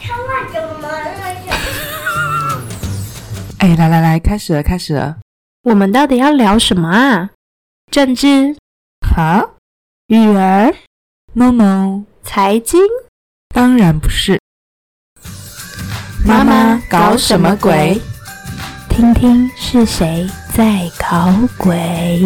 哎，来，开始了。 我们到底要聊什么啊？政治？ 哈？ 育儿？ No， 财经？ 当然不是。 妈妈搞什么鬼？听听是谁在搞鬼。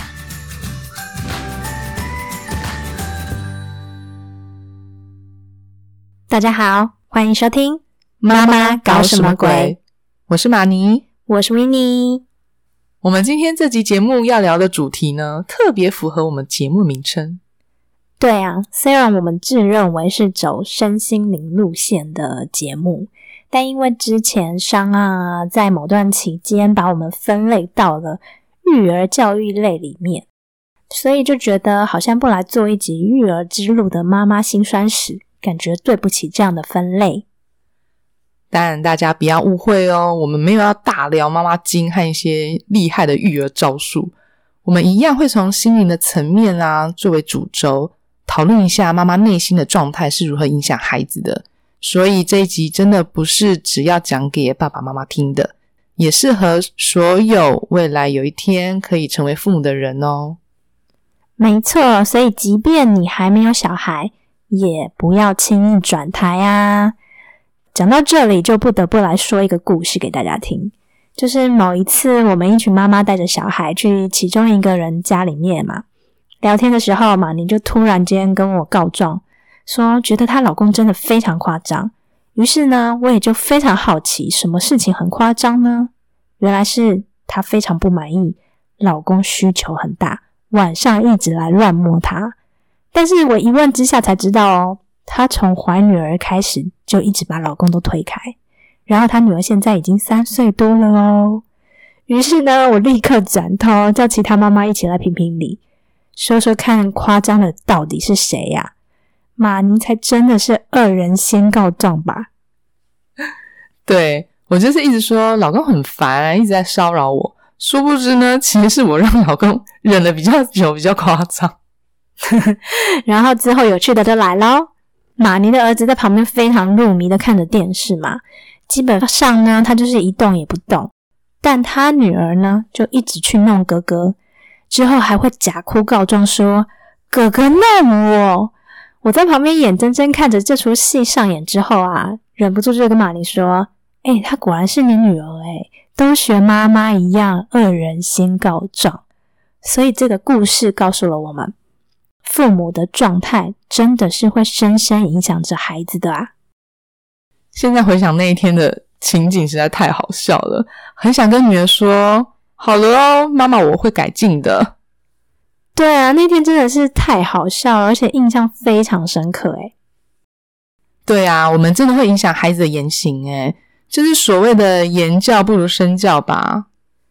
大家好，欢迎收听妈妈搞什么鬼。 我是马尼， 我是维尼。 我们今天这集节目要聊的主题呢，特别符合我们节目名称。 对啊，虽然我们自认为是走身心灵路线的节目，但因为之前上岸在某段期间把我们分类到了育儿教育类里面，所以就觉得好像不来做一集育儿之路的妈妈辛酸史，感觉对不起这样的分类。 但大家不要误会哦，我们没有要大聊妈妈经和一些厉害的育儿招数，我们一样会从心灵的层面作为主轴，讨论一下妈妈内心的状态是如何影响孩子的。所以这一集真的不是只要讲给爸爸妈妈听的，也适合所有未来有一天可以成为父母的人哦。 没错，所以即便你还没有小孩，也不要轻易转台啊。讲到这里就不得不来说一个故事给大家听，就是某一次我们一群妈妈带着小孩去其中一个人家里面嘛，聊天的时候嘛，你就突然间跟我告状说觉得她老公真的非常夸张。于是呢，我也就非常好奇什么事情很夸张呢？原来是她非常不满意老公需求很大，晚上一直来乱摸她。但是我一问之下才知道哦，她从怀女儿开始就一直把老公都推开，然后她女儿现在已经3岁多了哦。于是呢，我立刻转头叫其他妈妈一起来评评理，说说看夸张的到底是谁呀？马尼才真的是恶人先告状吧。 对，我就是一直说老公很烦，一直在骚扰我，殊不知呢，其实是我让老公忍得比较久，比较夸张。 然后之后有趣的就来咯，马尼的儿子在旁边非常入迷的看着电视嘛，基本上呢他就是一动也不动，但他女儿呢就一直去弄哥哥，之后还会假哭告状说哥哥弄我。我在旁边眼睁睁看着这出戏上演之后啊，忍不住就跟马尼说她果然是你女儿都学妈妈一样恶人先告状。所以这个故事告诉了我们，父母的状态真的是会深深影响着孩子的啊。 现在回想那一天的情景实在太好笑了，很想跟女儿说好了哦，妈妈我会改进的。 对啊，那天真的是太好笑了，而且印象非常深刻对啊，我们真的会影响孩子的言行就是所谓的言教不如身教吧。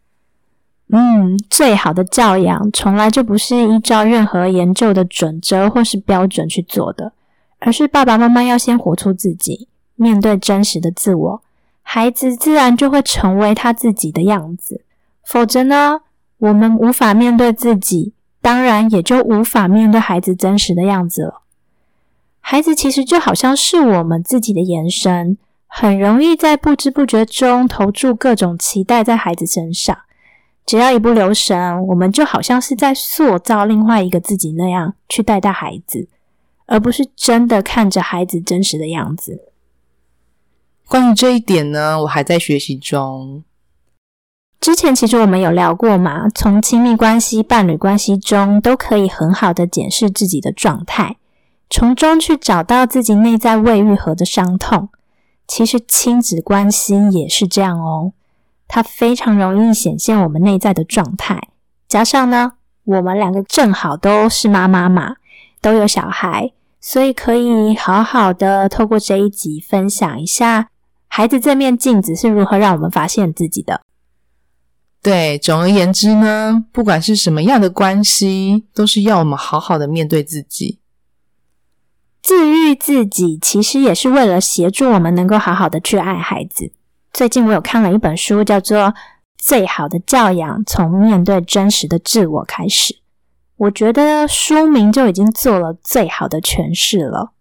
最好的教养从来就不是依照任何研究的准则或是标准去做的，而是爸爸妈妈要先活出自己，面对真实的自我，孩子自然就会成为他自己的样子。否则呢，我们无法面对自己，当然也就无法面对孩子真实的样子了。孩子其实就好像是我们自己的延伸，很容易在不知不觉中投注各种期待在孩子身上。只要一不留神，我们就好像是在塑造另外一个自己那样去带孩子，而不是真的看着孩子真实的样子。 关于这一点呢，我还在学习中。 之前其实我们有聊过嘛，从亲密关系、伴侣关系中都可以很好的检视自己的状态，从中去找到自己内在未愈合的伤痛。其实亲子关系也是这样哦，它非常容易显现我们内在的状态。加上呢，我们两个正好都是妈妈嘛，都有小孩，所以可以好好的透过这一集分享一下孩子这面镜子是如何让我们发现自己的。 对，总而言之呢，不管是什么样的关系，都是要我们好好的面对自己。 治愈自己其实也是为了协助我们能够好好的去爱孩子。最近我有看了一本书，叫做《最好的教养：从面对真实的自我开始》。我觉得书名就已经做了最好的诠释了。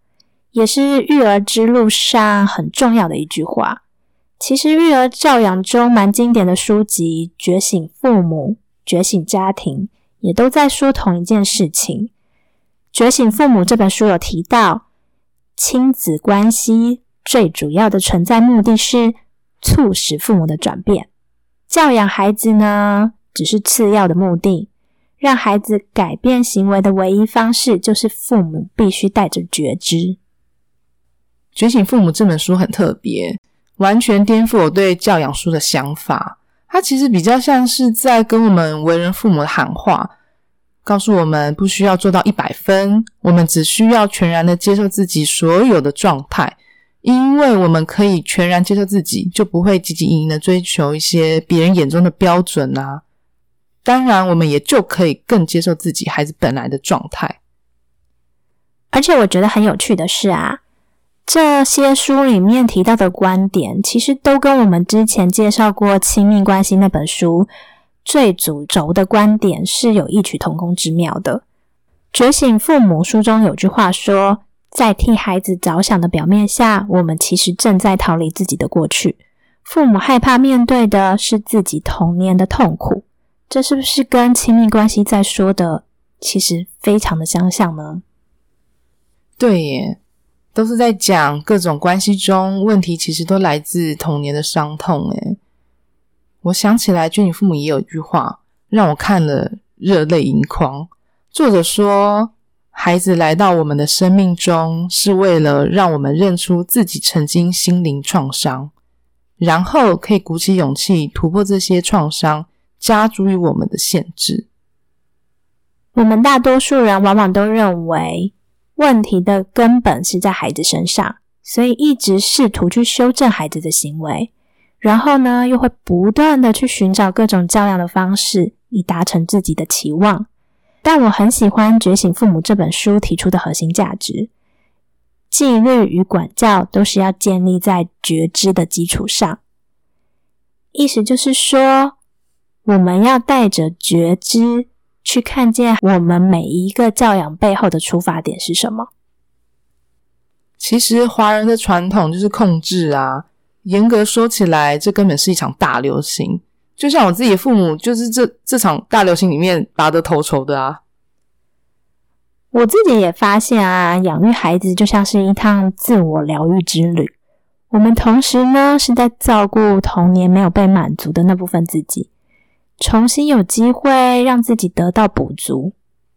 也是育儿之路上很重要的一句话。其实育儿教养中蛮经典的书籍《觉醒父母》《觉醒家庭》也都在说同一件事情。《觉醒父母》这本书有提到，亲子关系最主要的存在目的是促使父母的转变，教养孩子呢只是次要的目的，让孩子改变行为的唯一方式就是父母必须带着觉知。《 觉醒父母》这本书很特别，完全颠覆我对教养书的想法。它其实比较像是在跟我们为人父母的喊话，告诉我们不需要做到100分，我们只需要全然的接受自己所有的状态，因为我们可以全然接受自己，就不会汲汲营营的追求一些别人眼中的标准啊。当然我们也就可以更接受自己孩子本来的状态。 而且我觉得很有趣的是啊，这些书里面提到的观点其实都跟我们之前介绍过亲密关系那本书最主轴的观点是有异曲同工之妙的。觉醒父母书中有句话说，在替孩子着想的表面下，我们其实正在逃离自己的过去。父母害怕面对的是自己童年的痛苦，这是不是跟亲密关系在说的其实非常的相像呢？ 对耶，都是在讲各种关系中问题其实都来自童年的伤痛耶。我想起来觉醒父母也有一句话让我看了热泪盈眶。作者说，孩子来到我们的生命中是为了让我们认出自己曾经心灵创伤，然后可以鼓起勇气突破这些创伤加诸于我们的限制。 我们大多数人往往都认为问题的根本是在孩子身上，所以一直试图去修正孩子的行为，然后呢又会不断的去寻找各种教养的方式以达成自己的期望。但我很喜欢《觉醒父母》这本书提出的核心价值，纪律与管教都是要建立在觉知的基础上。意思就是说，我们要带着觉知去看见我们每一个教养背后的出发点是什么。 其实华人的传统就是控制啊，严格说起来这根本是一场大流行，就像我自己的父母就是这场大流行里面拔得头筹的啊。 我自己也发现啊，养育孩子就像是一趟自我疗愈之旅，我们同时呢是在照顾童年没有被满足的那部分自己，重新有机会让自己得到补足。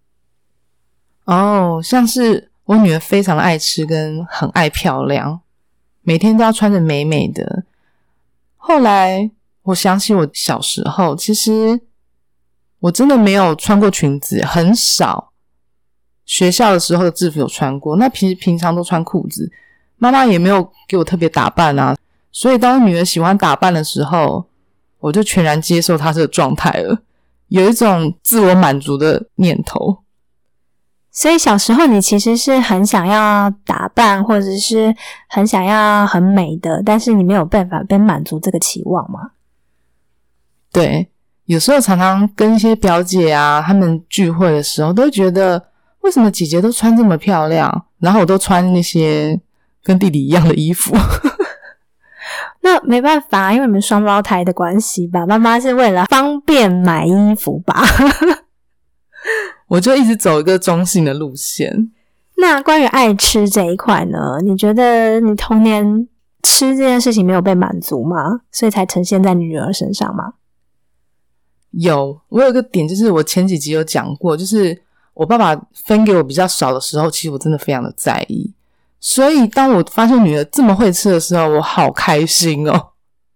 像是我女儿非常爱吃跟很爱漂亮，每天都要穿着美美的。后来我想起我小时候，其实我真的没有穿过裙子，很少。学校的时候的制服有穿过，那平常都穿裤子，妈妈也没有给我特别打扮啊。所以当女儿喜欢打扮的时候，我就全然接受她这个状态了，有一种自我满足的念头。 所以小时候你其实是很想要打扮，或者是很想要很美的，但是你没有办法被满足这个期望吗？ 对，有时候常常跟一些表姐啊她们聚会的时候，都会觉得为什么姐姐都穿这么漂亮，然后我都穿那些跟弟弟一样的衣服。 那没办法，因为你们双胞胎的关系吧，妈妈是为了方便买衣服吧。 我就一直走一个中性的路线。 那关于爱吃这一块呢，你觉得你童年吃这件事情没有被满足吗？所以才呈现在你女儿身上吗？ 我有一个点，就是我前几集有讲过，就是我爸爸分给我比较少的时候，其实我真的非常的在意。所以当我发现女儿这么会吃的时候，我好开心哦。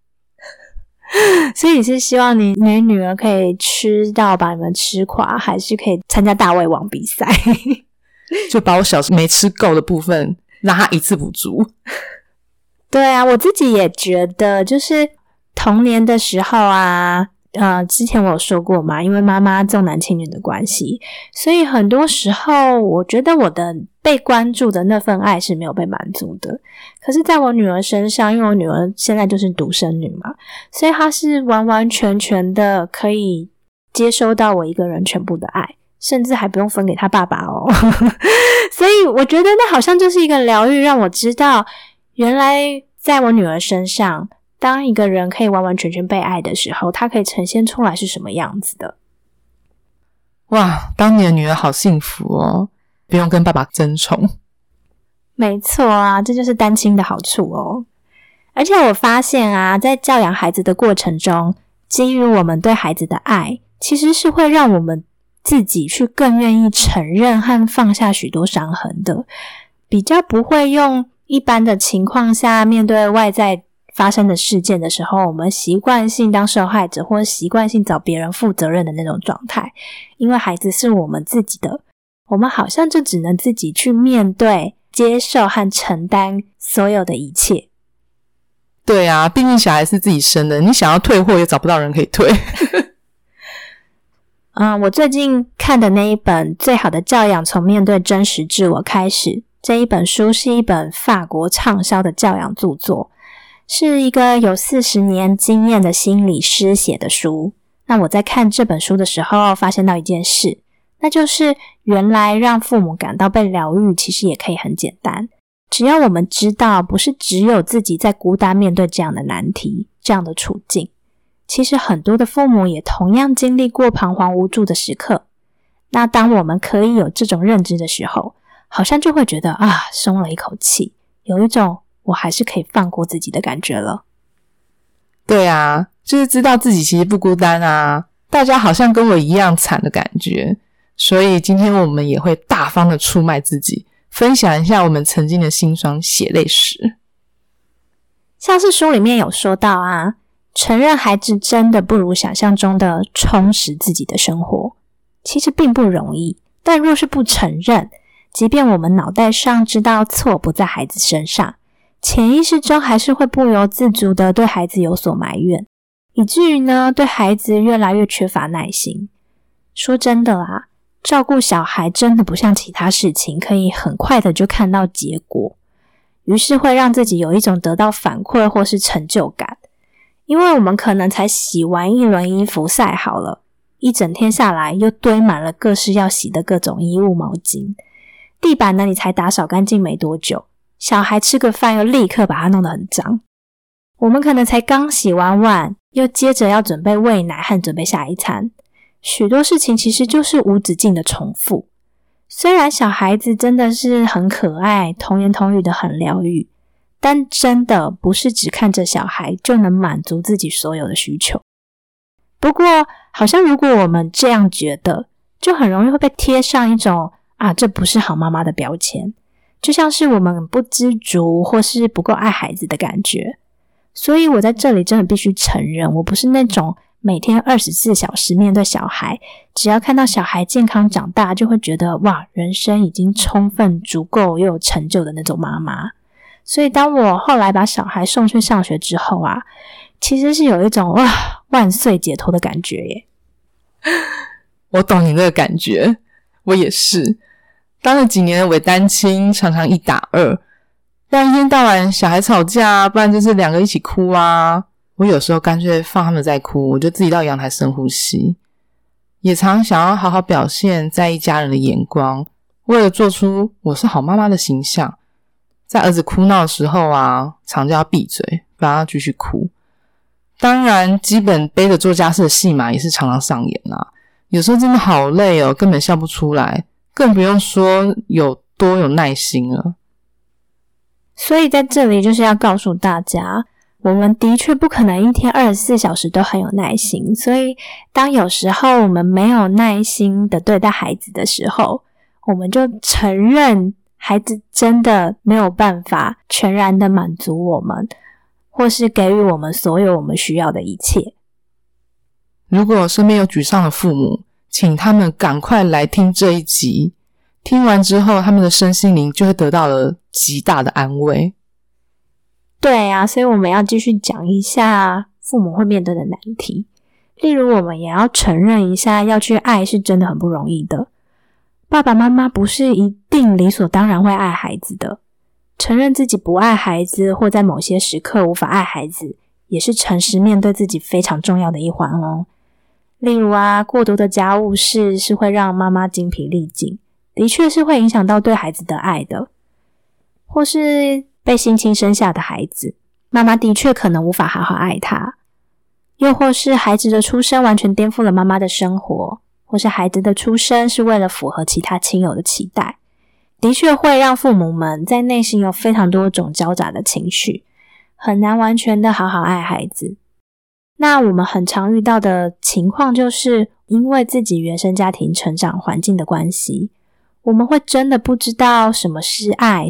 所以你是希望你女儿可以吃到把你们吃垮，还是可以参加大胃王比赛？ 就把我小时候没吃够的部分让她一次补足。 对啊，我自己也觉得就是童年的时候啊，之前我有说过嘛，因为妈妈重男轻女的关系，所以很多时候我觉得我的被关注的那份爱是没有被满足的。可是在我女儿身上，因为我女儿现在就是独生女嘛，所以她是完完全全的可以接收到我一个人全部的爱， 甚至还不用分给他爸爸哦。所以我觉得那好像就是一个疗愈，让我知道原来在我女儿身上，当一个人可以完完全全被爱的时候，他可以呈现出来是什么样子的。 哇，当你的女儿好幸福哦，不用跟爸爸争宠。 没错啊，这就是单亲的好处哦。而且我发现啊，在教养孩子的过程中，基于我们对孩子的爱，其实是会让我们自己去更愿意承认和放下许多伤痕的，比较不会用一般的情况下面对外在发生的事件的时候，我们习惯性当受害者，或者习惯性找别人负责任的那种状态。因为孩子是我们自己的，我们好像就只能自己去面对、接受和承担所有的一切。 对啊，毕竟小孩是自己生的，你想要退货也找不到人可以退。 我最近看的那一本《最好的教养从面对真实自我开始》，这一本书是一本法国畅销的教养著作，是一个有40年经验的心理师写的书。那我在看这本书的时候发现到一件事，那就是原来让父母感到被疗愈其实也可以很简单，只要我们知道不是只有自己在孤单面对这样的难题，这样的处境，其实很多的父母也同样经历过彷徨无助的时刻。那当我们可以有这种认知的时候，好像就会觉得松了一口气，有一种我还是可以放过自己的感觉了。 对啊，就是知道自己其实不孤单啊，大家好像跟我一样惨的感觉。所以今天我们也会大方的出卖自己，分享一下我们曾经的辛酸血泪史。 像是书里面有说到啊，承认孩子真的不如想象中的充实自己的生活，其实并不容易。但若是不承认，即便我们脑袋上知道错不在孩子身上，潜意识中还是会不由自主的对孩子有所埋怨，以至于呢，对孩子越来越缺乏耐心。说真的啊，照顾小孩真的不像其他事情可以很快的就看到结果，于是会让自己有一种得到反馈或是成就感。因为我们可能才洗完一轮衣服晒好了，一整天下来又堆满了各式要洗的各种衣物毛巾，地板呢你才打扫干净没多久，小孩吃个饭又立刻把它弄得很脏。我们可能才刚洗完碗，又接着要准备喂奶和准备下一餐，许多事情其实就是无止境的重复。虽然小孩子真的是很可爱，童言童语的很疗愈，但真的不是只看着小孩就能满足自己所有的需求。不过好像如果我们这样觉得，就很容易会被贴上一种这不是好妈妈的标签，就像是我们不知足或是不够爱孩子的感觉。所以我在这里真的必须承认，我不是那种每天24小时面对小孩，只要看到小孩健康长大就会觉得哇，人生已经充分足够又有成就的那种妈妈。所以当我后来把小孩送去上学之后其实是有一种万岁解脱的感觉耶。 我懂你那个感觉，我也是当了几年的伪单亲，常常1打2，但一天到晚小孩吵架不然就是2个一起哭我有时候干脆放他们在哭，我就自己到阳台深呼吸。也常想要好好表现，在意家人的眼光，为了做出我是好妈妈的形象。在儿子哭闹的时候常叫他闭嘴，不让他继续哭。当然基本背着做家事的戏码也是常常上演有时候真的好累哦，根本笑不出来，更不用说有多有耐心了。 所以在这里就是要告诉大家，我们的确不可能一天24小时都很有耐心，所以当有时候我们没有耐心的对待孩子的时候，我们就承认孩子真的没有办法全然的满足我们，或是给予我们所有我们需要的一切。 如果身边有沮丧的父母，请他们赶快来听这一集，听完之后他们的身心灵就会得到了极大的安慰。 对所以我们要继续讲一下父母会面对的难题。例如我们也要承认一下，要去爱是真的很不容易的。爸爸妈妈不是一定理所当然会爱孩子的，承认自己不爱孩子，或在某些时刻无法爱孩子，也是诚实面对自己非常重要的一环哦。 例如过多的家务事是会让妈妈精疲力尽，的确是会影响到对孩子的爱的。或是被性侵生下的孩子，妈妈的确可能无法好好爱他。又或是孩子的出生完全颠覆了妈妈的生活，或是孩子的出生是为了符合其他亲友的期待，的确会让父母们在内心有非常多种交杂的情绪，很难完全的好好爱孩子。那我们很常遇到的情况就是因为自己原生家庭成长环境的关系，我们会真的不知道什么是爱。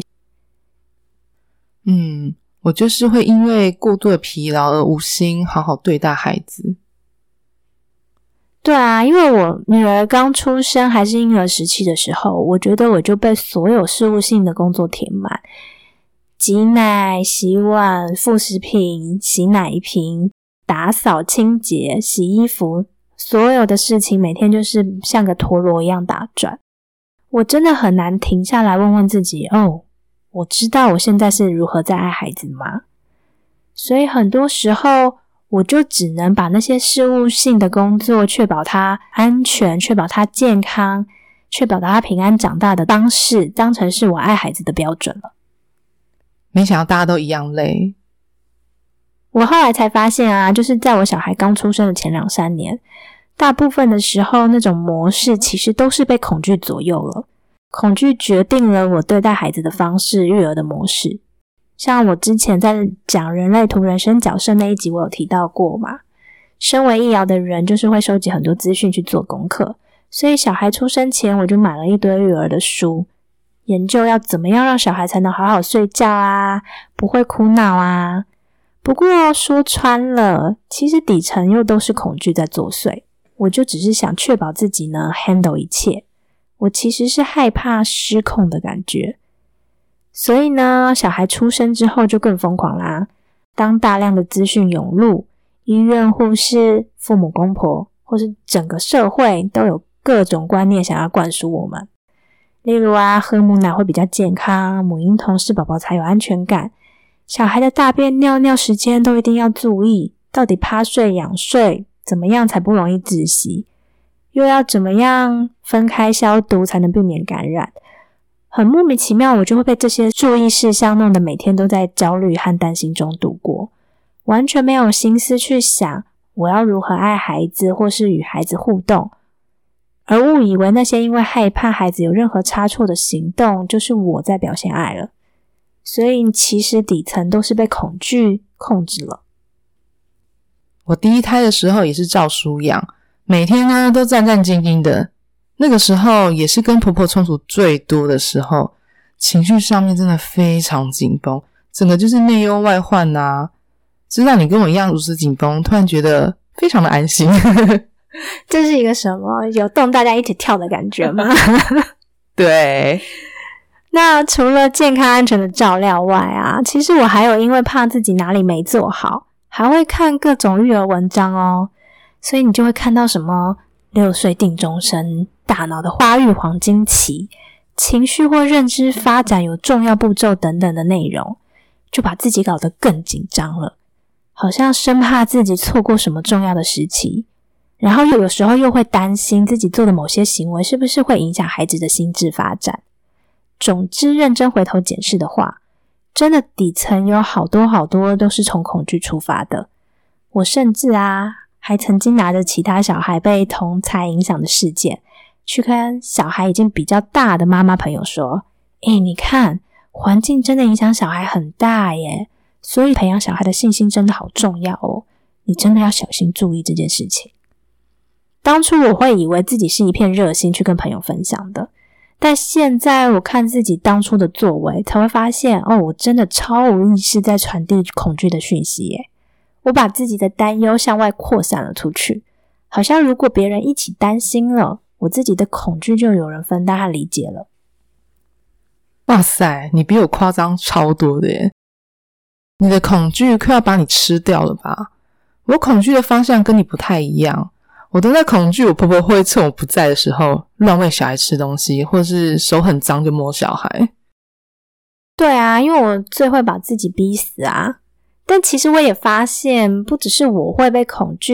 我就是会因为过度的疲劳而无心好好对待孩子。 对啊，因为我女儿刚出生还是婴儿时期的时候，我觉得我就被所有事务性的工作填满，挤奶、洗碗、副食品、洗奶瓶、打扫清洁、洗衣服，所有的事情每天就是像个陀螺一样打转。我真的很难停下来问问自己，我知道我现在是如何在爱孩子吗？所以很多时候我就只能把那些事务性的工作，确保他安全，确保他健康，确保他平安长大的方式，当成是我爱孩子的标准了。 没想到大家都一样累。 我后来才发现就是在我小孩刚出生的前2-3年，大部分的时候那种模式其实都是被恐惧左右了。恐惧决定了我对待孩子的方式，育儿的模式。像我之前在讲人类图人生角色那一集我有提到过嘛，身为医疗的人就是会收集很多资讯去做功课，所以小孩出生前我就买了一堆育儿的书，研究要怎么样让小孩才能好好睡觉不会哭闹不过说穿了，其实底层又都是恐惧在作祟。我就只是想确保自己呢 handle 一切，我其实是害怕失控的感觉。所以呢，小孩出生之后就更疯狂啦。当大量的资讯涌入，医院、护士、父母、公婆，或是整个社会都有各种观念想要灌输我们。例如喝母奶会比较健康，母婴同室宝宝才有安全感，小孩的大便尿尿时间都一定要注意，到底趴睡仰睡怎么样才不容易窒息，又要怎么样分开消毒才能避免感染。很莫名其妙，我就会被这些注意事项弄得每天都在焦虑和担心中度过，完全没有心思去想我要如何爱孩子或是与孩子互动，而误以为那些因为害怕孩子有任何差错的行动就是我在表现爱了。所以其实底层都是被恐惧控制了。 我第一胎的时候也是照书养，每天呢都战战兢兢的，那个时候也是跟婆婆冲突最多的时候，情绪上面真的非常紧绷，整个就是内忧外患知道你跟我一样如此紧绷，突然觉得非常的安心。 这是一个什么有动大家一起跳的感觉吗？ 对。 那除了健康安全的照料外其实我还有因为怕自己哪里没做好，还会看各种育儿文章所以你就会看到什么6岁定终身、大脑的发育黄金期、情绪或认知发展有重要步骤等等的内容，就把自己搞得更紧张了，好像生怕自己错过什么重要的时期，然后有时候又会担心自己做的某些行为是不是会影响孩子的心智发展。总之认真回头检视的话，真的底层有好多都是从恐惧出发的。我甚至还曾经拿着其他小孩被同侪影响的事件去跟小孩已经比较大的妈妈朋友说，你看环境真的影响小孩很大耶，所以培养小孩的信心真的好重要你真的要小心注意这件事情。当初我会以为自己是一片热心去跟朋友分享的，但现在我看自己当初的作为，才会发现我真的超无意识在传递恐惧的讯息耶。我把自己的担忧向外扩散了出去，好像如果别人一起担心了，我自己的恐惧就有人分担和理解了。 哇塞，你比我夸张超多的耶！你的恐惧快要把你吃掉了吧？我恐惧的方向跟你不太一样，我都在恐惧我婆婆会趁我不在的时候乱喂小孩吃东西，或是手很脏就摸小孩。 对因为我最会把自己逼死但其实我也发现不只是我会被恐惧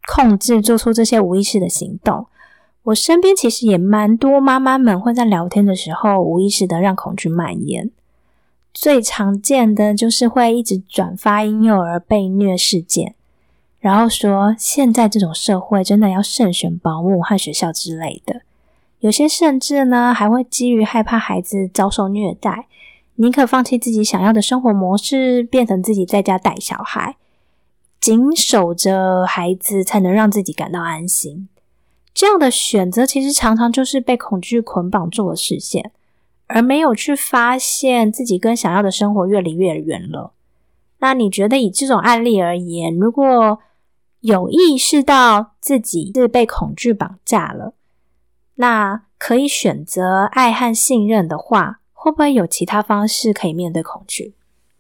控制做出这些无意识的行动。我身边其实也蛮多妈妈们会在聊天的时候无意识的让恐惧蔓延。最常见的就是会一直转发婴幼儿被虐事件，然后说现在这种社会真的要慎选保姆和学校之类的。有些甚至呢还会基于害怕孩子遭受虐待，宁可放弃自己想要的生活模式，变成自己在家带小孩，紧守着孩子才能让自己感到安心。这样的选择其实常常就是被恐惧捆绑住了视线，而没有去发现自己跟想要的生活越离越远了。那你觉得以这种案例而言，如果有意识到自己是被恐惧绑架了，那可以选择爱和信任的话，会不会有其他方式可以面对恐惧？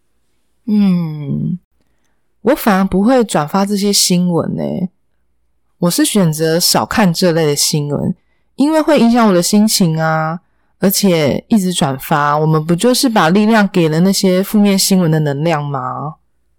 我反而不会转发这些新闻欸，我是选择少看这类的新闻，因为会影响我的心情啊，而且一直转发，我们不就是把力量给了那些负面新闻的能量吗？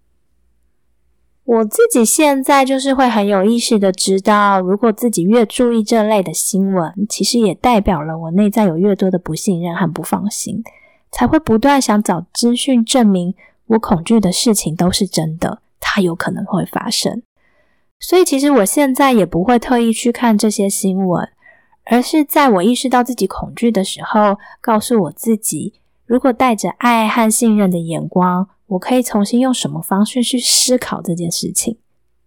我自己现在就是会很有意识的知道，如果自己越注意这类的新闻，其实也代表了我内在有越多的不信任和不放心，才会不断想找资讯证明我恐惧的事情都是真的，它有可能会发生。所以其实我现在也不会特意去看这些新闻，而是在我意识到自己恐惧的时候，告诉我自己，如果带着爱和信任的眼光，我可以重新用什么方式去思考这件事情。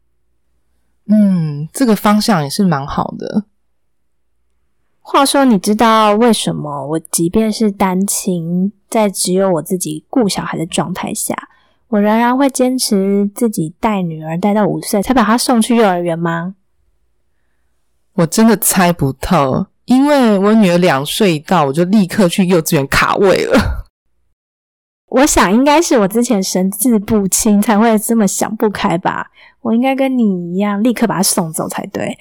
这个方向也是蛮好的。 话说，你知道为什么我即便是单亲，在只有我自己顾小孩的状态下，我仍然会坚持自己带女儿带到5岁才把她送去幼儿园吗？ 我真的猜不透，因为我女儿2岁一到，我就立刻去幼稚园卡位了。 我想应该是我之前神志不清才会这么想不开吧，我应该跟你一样立刻把她送走才对。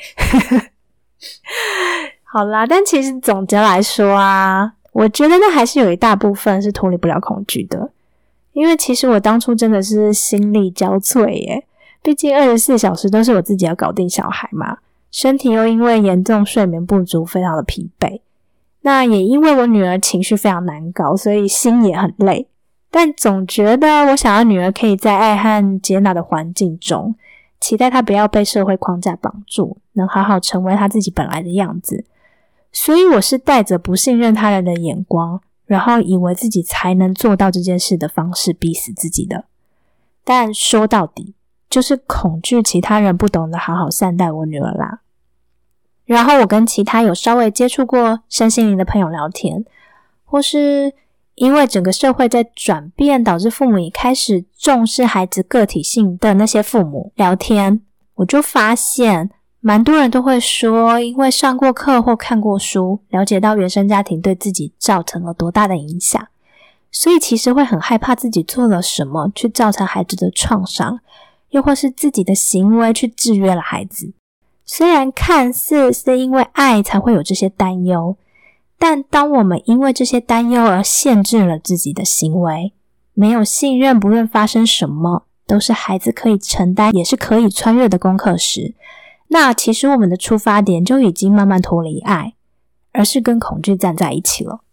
好啦，但其实总结来说啊，我觉得那还是有一大部分是脱离不了恐惧的。因为其实我当初真的是心力交瘁耶，毕竟24小时都是我自己要搞定小孩嘛，身体又因为严重睡眠不足非常的疲惫，那也因为我女儿情绪非常难搞，所以心也很累。但总觉得我想要女儿可以在爱和接纳的环境中，期待她不要被社会框架绑住，能好好成为她自己本来的样子。所以我是带着不信任他人的眼光，然后以为自己才能做到这件事的方式逼死自己的。但说到底，就是恐惧其他人不懂得好好善待我女儿啦。然后我跟其他有稍微接触过身心灵的朋友聊天，或是因为整个社会在转变，导致父母也开始重视孩子个体性的那些父母聊天，我就发现蛮多人都会说，因为上过课或看过书，了解到原生家庭对自己造成了多大的影响，所以其实会很害怕自己做了什么去造成孩子的创伤，又或是自己的行为去制约了孩子。虽然看似是因为爱才会有这些担忧，但当我们因为这些担忧而限制了自己的行为，没有信任不论发生什么都是孩子可以承担也是可以穿越的功课时，那其实我们的出发点就已经慢慢脱离爱，而是跟恐惧站在一起了。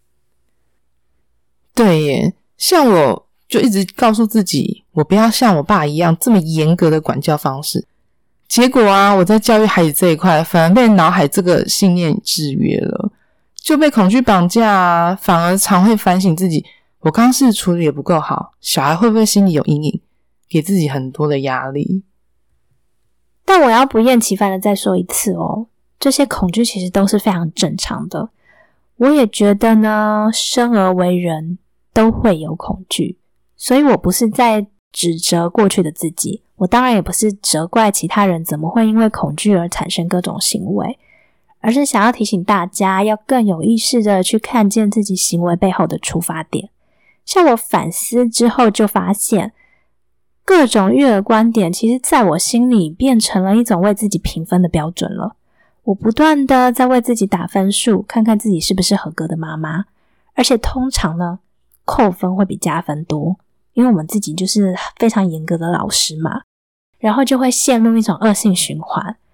对耶，像我就一直告诉自己，我不要像我爸一样这么严格的管教方式。结果啊，我在教育孩子这一块，反而被脑海这个信念制约了，就被恐惧绑架啊，反而常会反省自己，我刚是处理也不够好，小孩会不会心里有阴影，给自己很多的压力。 但我要不厌其烦的再说一次哦，这些恐惧其实都是非常正常的。我也觉得呢，生而为人都会有恐惧，所以我不是在指责过去的自己，我当然也不是责怪其他人怎么会因为恐惧而产生各种行为，而是想要提醒大家要更有意识的去看见自己行为背后的出发点。像我反思之后就发现，各种育儿观点其实在我心里变成了一种为自己评分的标准了。我不断的在为自己打分数，看看自己是不是合格的妈妈，而且通常呢，扣分会比加分多，因为我们自己就是非常严格的老师嘛，然后就会陷入一种恶性循环。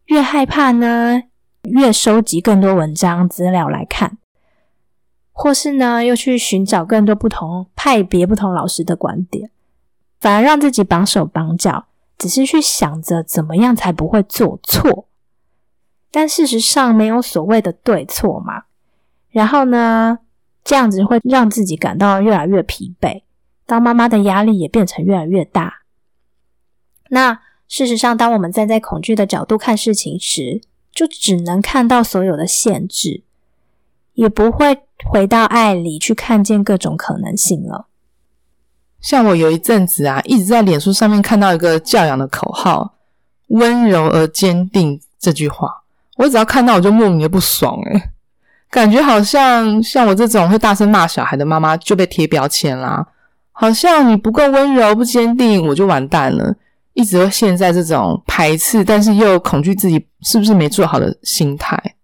越害怕呢，越收集更多文章资料来看，或是呢又去寻找更多不同派别不同老师的观点，反而让自己绑手绑脚，只是去想着怎么样才不会做错。但事实上没有所谓的对错嘛，然后呢这样子会让自己感到越来越疲惫，当妈妈的压力也变成越来越大。那事实上当我们站在恐惧的角度看事情时，就只能看到所有的限制，也不会回到爱里去看见各种可能性了。 像我有一阵子啊，一直在脸书上面看到一个教养的口号，温柔而坚定这句话，我只要看到我就莫名的不爽感觉好像我这种会大声骂小孩的妈妈就被贴标签啦，好像你不够温柔不坚定我就完蛋了，一直会陷在这种排斥但是又恐惧自己是不是没做好的心态。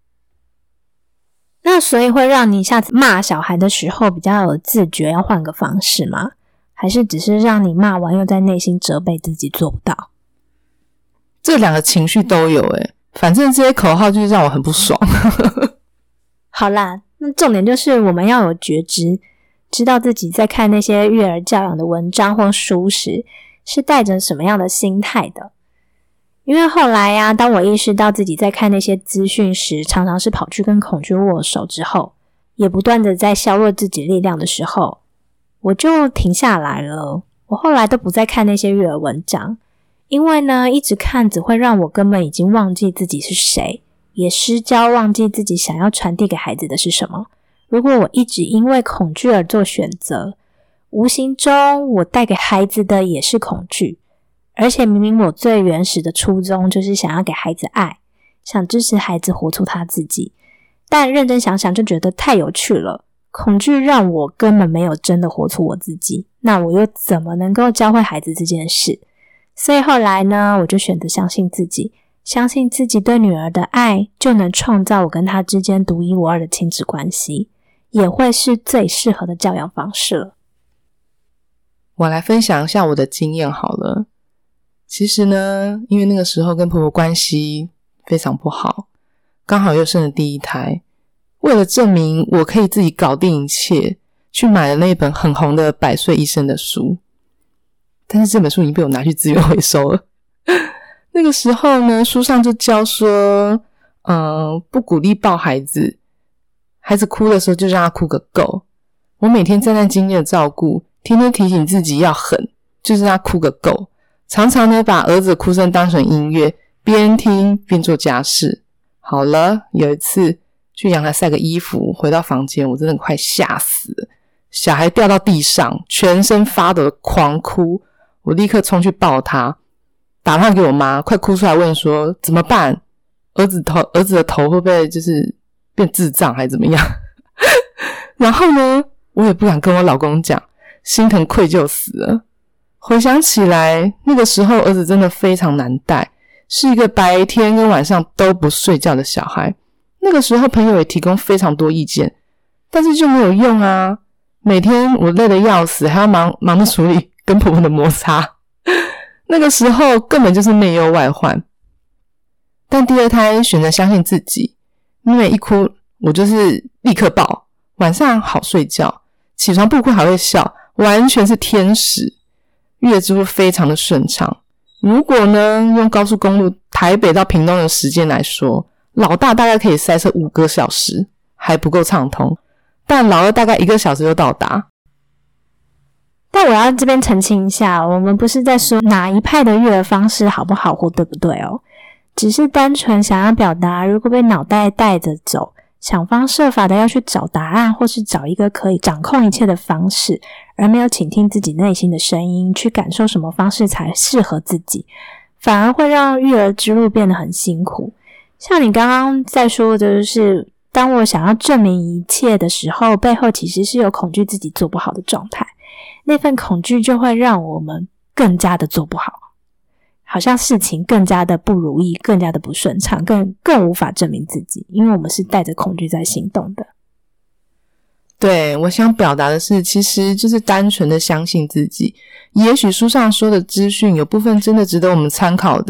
那所以会让你下次骂小孩的时候比较有自觉要换个方式吗？还是只是让你骂完又在内心责备自己做不到？ 这两个情绪都有反正这些口号就是让我很不爽好啦，那重点就是我们要有觉知，知道自己在看那些育儿教养的文章或书时是带着什么样的心态的。因为后来啊，当我意识到自己在看那些资讯时常常是跑去跟恐惧握手之后，也不断的在削弱自己力量的时候，我就停下来了。我后来都不再看那些育儿文章，因为呢一直看只会让我根本已经忘记自己是谁，也失焦忘记自己想要传递给孩子的是什么。如果我一直因为恐惧而做选择，无形中我带给孩子的也是恐惧，而且明明我最原始的初衷就是想要给孩子爱，想支持孩子活出他自己，但认真想想就觉得太有趣了，恐惧让我根本没有真的活出我自己，那我又怎么能够教会孩子这件事？所以后来呢，我就选择相信自己，相信自己对女儿的爱就能创造我跟她之间独一无二的亲子关系，也会是最适合的教养方式了。 我来分享一下我的经验好了。其实呢，因为那个时候跟婆婆关系非常不好，刚好又生了第一胎，为了证明我可以自己搞定一切，去买了那一本很红的100岁医生的书，但是这本书已经被我拿去资源回收了那个时候呢，书上就教说不鼓励抱孩子，孩子哭的时候就让他哭个够。我每天战战兢兢的照顾，天天提醒自己要狠，就是让他哭个够，常常呢把儿子的哭声当成音乐，边听边做家事。好了，有一次去阳台晒个衣服，回到房间我真的快吓死了，小孩掉到地上，全身发抖的狂哭，我立刻冲去抱他，打电话给我妈，快哭出来问说怎么办，儿子的头会不会就是变智障还是怎么样然后呢我也不敢跟我老公讲，心疼愧疚死了。回想起来，那个时候儿子真的非常难带，是一个白天跟晚上都不睡觉的小孩。那个时候朋友也提供非常多意见，但是就没有用啊，每天我累得要死，还要忙着处理跟婆婆的摩擦那个时候根本就是内忧外患。但第二胎选择相信自己，因为一哭我就是立刻抱，晚上好睡觉，起床不哭还会笑，完全是天使，月子非常的顺畅。如果呢用高速公路台北到屏东的时间来说，老大大概可以塞车5个小时，还不够畅通，但老二大概1个小时就到达。 但我要这边澄清一下，我们不是在说哪一派的育儿方式好不好或对不对哦，只是单纯想要表达，如果被脑袋带着走，想方设法的要去找答案，或是找一个可以掌控一切的方式，而没有倾听自己内心的声音，去感受什么方式才适合自己，反而会让育儿之路变得很辛苦。像你刚刚在说的就是，当我想要证明一切的时候，背后其实是有恐惧自己做不好的状态，那份恐惧就会让我们更加的做不好，好像事情更加的不如意，更加的不顺畅，更无法证明自己，因为我们是带着恐惧在行动的。 对，我想表达的是，其实就是单纯的相信自己。也许书上说的资讯有部分真的值得我们参考的，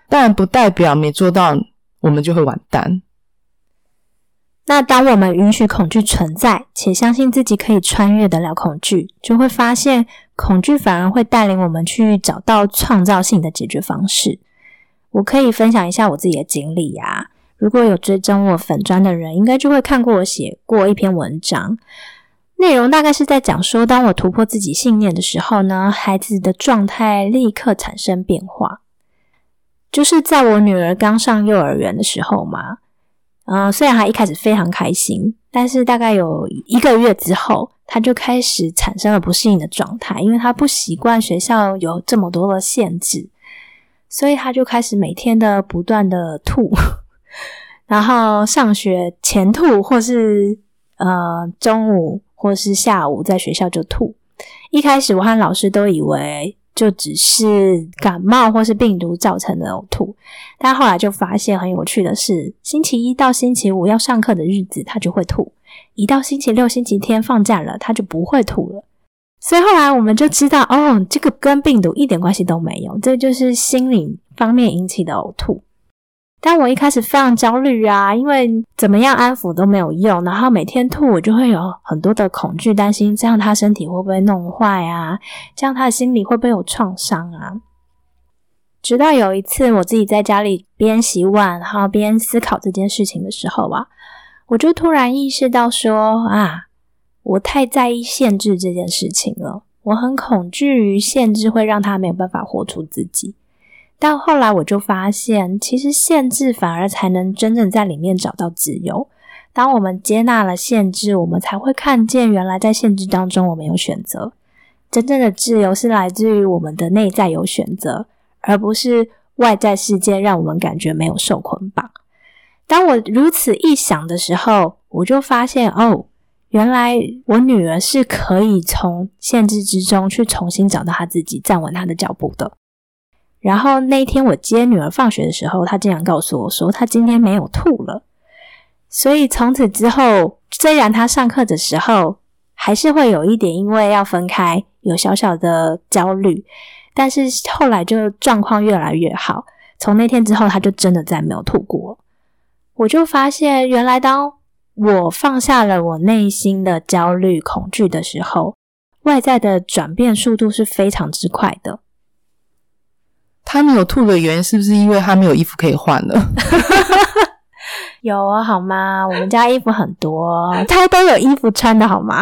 当然不代表没做到我们就会完蛋。 那当我们允许恐惧存在，且相信自己可以穿越得了恐惧，就会发现恐惧反而会带领我们去找到创造性的解决方式。我可以分享一下我自己的经历啊，如果有追踪我粉专的人，应该就会看过我写过一篇文章，内容大概是在讲说，当我突破自己信念的时候呢，孩子的状态立刻产生变化。就是在我女儿刚上幼儿园的时候嘛，虽然她一开始非常开心，但是大概有1个月之后，她就开始产生了不适应的状态，因为她不习惯学校有这么多的限制，所以她就开始每天的不断的吐，然后上学前吐，或是中午或是下午在学校就吐。一开始我和老师都以为就只是感冒或是病毒造成的呕吐，但后来就发现很有趣的是，星期一到星期五要上课的日子他就会吐，一到星期六星期天放假了他就不会吐了。所以后来我们就知道，这个跟病毒一点关系都没有，这就是心理方面引起的呕吐。但我一开始非常焦虑啊，因为怎么样安抚都没有用，然后每天吐我就会有很多的恐惧，担心这样他身体会不会弄坏啊，这样他的心理会不会有创伤啊。直到有一次我自己在家里边洗碗然后边思考这件事情的时候啊，我就突然意识到说我太在意限制这件事情了，我很恐惧于限制会让他没有办法活出自己。但后来我就发现，其实限制反而才能真正在里面找到自由。当我们接纳了限制，我们才会看见原来在限制当中我们有选择。真正的自由是来自于我们的内在有选择，而不是外在世界让我们感觉没有受捆绑。当我如此一想的时候，我就发现原来我女儿是可以从限制之中去重新找到她自己，站稳她的脚步的。然后那一天我接女儿放学的时候，她竟然告诉我说她今天没有吐了。所以从此之后，虽然她上课的时候还是会有一点因为要分开有小小的焦虑，但是后来就状况越来越好，从那天之后她就真的再没有吐过。我就发现原来当我放下了我内心的焦虑恐惧的时候，外在的转变速度是非常之快的。 他没有吐的原因是不是因为他没有衣服可以换了？ 有啊，好吗？我们家衣服很多，他都有衣服穿的好吗？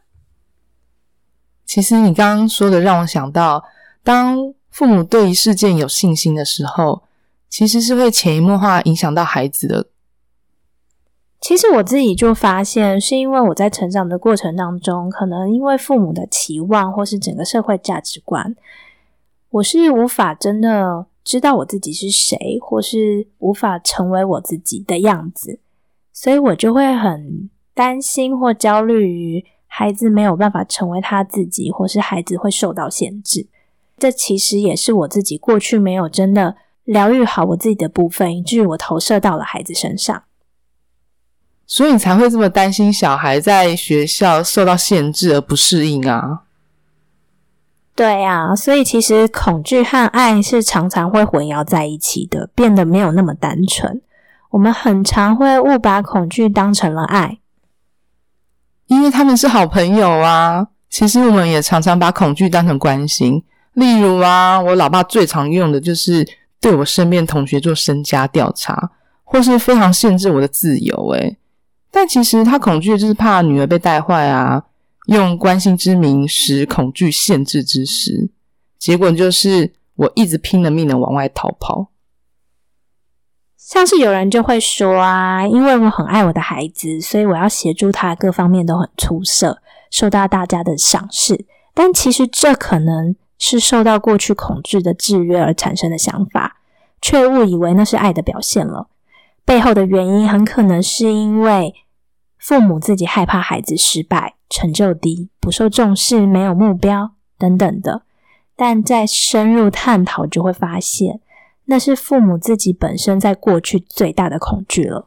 其实你刚刚说的让我想到，当父母对于事件有信心的时候，其实是会潜移默化影响到孩子的。 其实我自己就发现，是因为我在成长的过程当中，可能因为父母的期望或是整个社会价值观，我是无法真的知道我自己是谁，或是无法成为我自己的样子，所以我就会很担心或焦虑于孩子没有办法成为他自己，或是孩子会受到限制。这其实也是我自己过去没有真的疗愈好我自己的部分，以至于我投射到了孩子身上。 所以你才会这么担心小孩在学校受到限制而不适应啊。 对啊，所以其实恐惧和爱是常常会混淆在一起的，变得没有那么单纯。我们很常会误把恐惧当成了爱， 因为他们是好朋友啊。其实我们也常常把恐惧当成关心。例如我老爸最常用的就是对我身边同学做身家调查，或是非常限制我的自由但其实他恐惧的就是怕女儿被带坏啊，用关心之名使恐惧限制之实，结果就是我一直拼了命的往外逃跑。 像是有人就会说因为我很爱我的孩子，所以我要协助他各方面都很出色，受到大家的赏识。但其实这可能是受到过去恐惧的制约而产生的想法，却误以为那是爱的表现了。背后的原因很可能是因为父母自己害怕孩子失败、成就低、不受重视、没有目标等等的，但在深入探讨就会发现，那是父母自己本身在过去最大的恐惧了。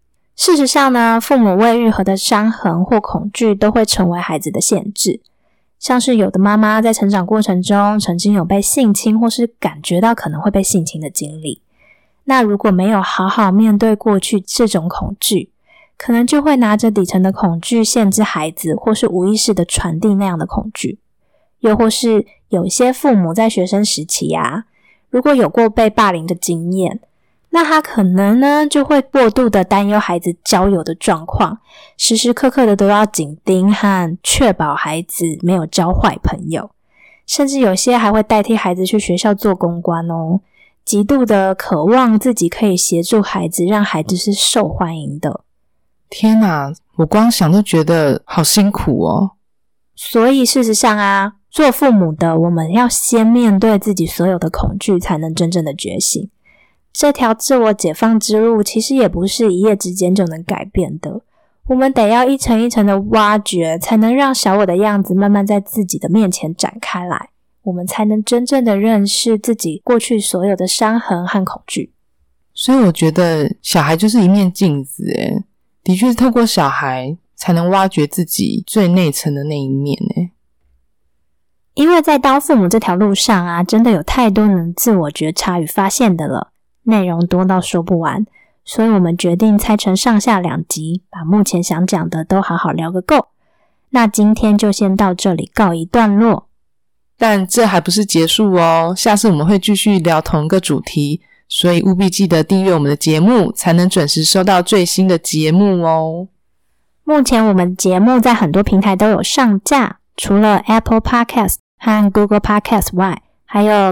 事实上呢，父母未愈合的伤痕或恐惧都会成为孩子的限制。 像是有的妈妈在成长过程中曾经有被性侵或是感觉到可能会被性侵的经历，那如果没有好好面对过去这种恐惧，可能就会拿着底层的恐惧限制孩子，或是无意识的传递那样的恐惧。又或是有些父母在学生时期如果有过被霸凌的经验，那他可能呢就会过度的担忧孩子交友的状况，时时刻刻的都要紧盯和确保孩子没有交坏朋友，甚至有些还会代替孩子去学校做公关哦，极度的渴望自己可以协助孩子，让孩子是受欢迎的。 天哪，我光想都觉得好辛苦哦。 所以事实上做父母的我们要先面对自己所有的恐惧，才能真正的觉醒。这条自我解放之路其实也不是一夜之间就能改变的，我们得要一层一层的挖掘，才能让小我的样子慢慢在自己的面前展开来，我们才能真正的认识自己过去所有的伤痕和恐惧。 所以我觉得小孩就是一面镜子耶，的确是透过小孩才能挖掘自己最内层的那一面耶。 因为在当父母这条路上真的有太多能自我觉察与发现的了，内容多到说不完，所以我们决定拆成上下2集，把目前想讲的都好好聊个够。那今天就先到这里告一段落。 但这还不是结束哦，下次我们会继续聊同一个主题，所以务必记得订阅我们的节目，才能准时收到最新的节目哦。 目前我们节目在很多平台都有上架，除了 Apple Podcast 和 Google Podcast 外，还有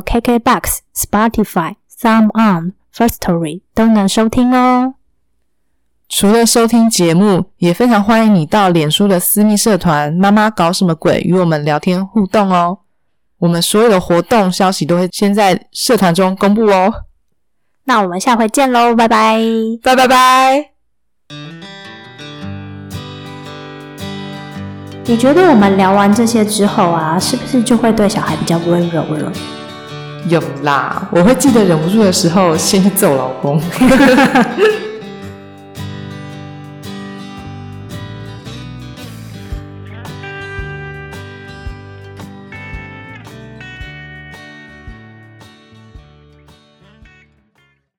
KKBOX、Spotify、SoundOn、Firstory 都能收听哦。 除了收听节目，也非常欢迎你到脸书的私密社团妈妈搞什么鬼与我们聊天互动哦。我们所有的活动消息都会先在社团中公布哦。 那我们下回见咯，拜拜。 拜拜拜。 你觉得我们聊完这些之后是不是就会对小孩比较温柔了？ 有啦，我会记得忍不住的时候先去揍老公。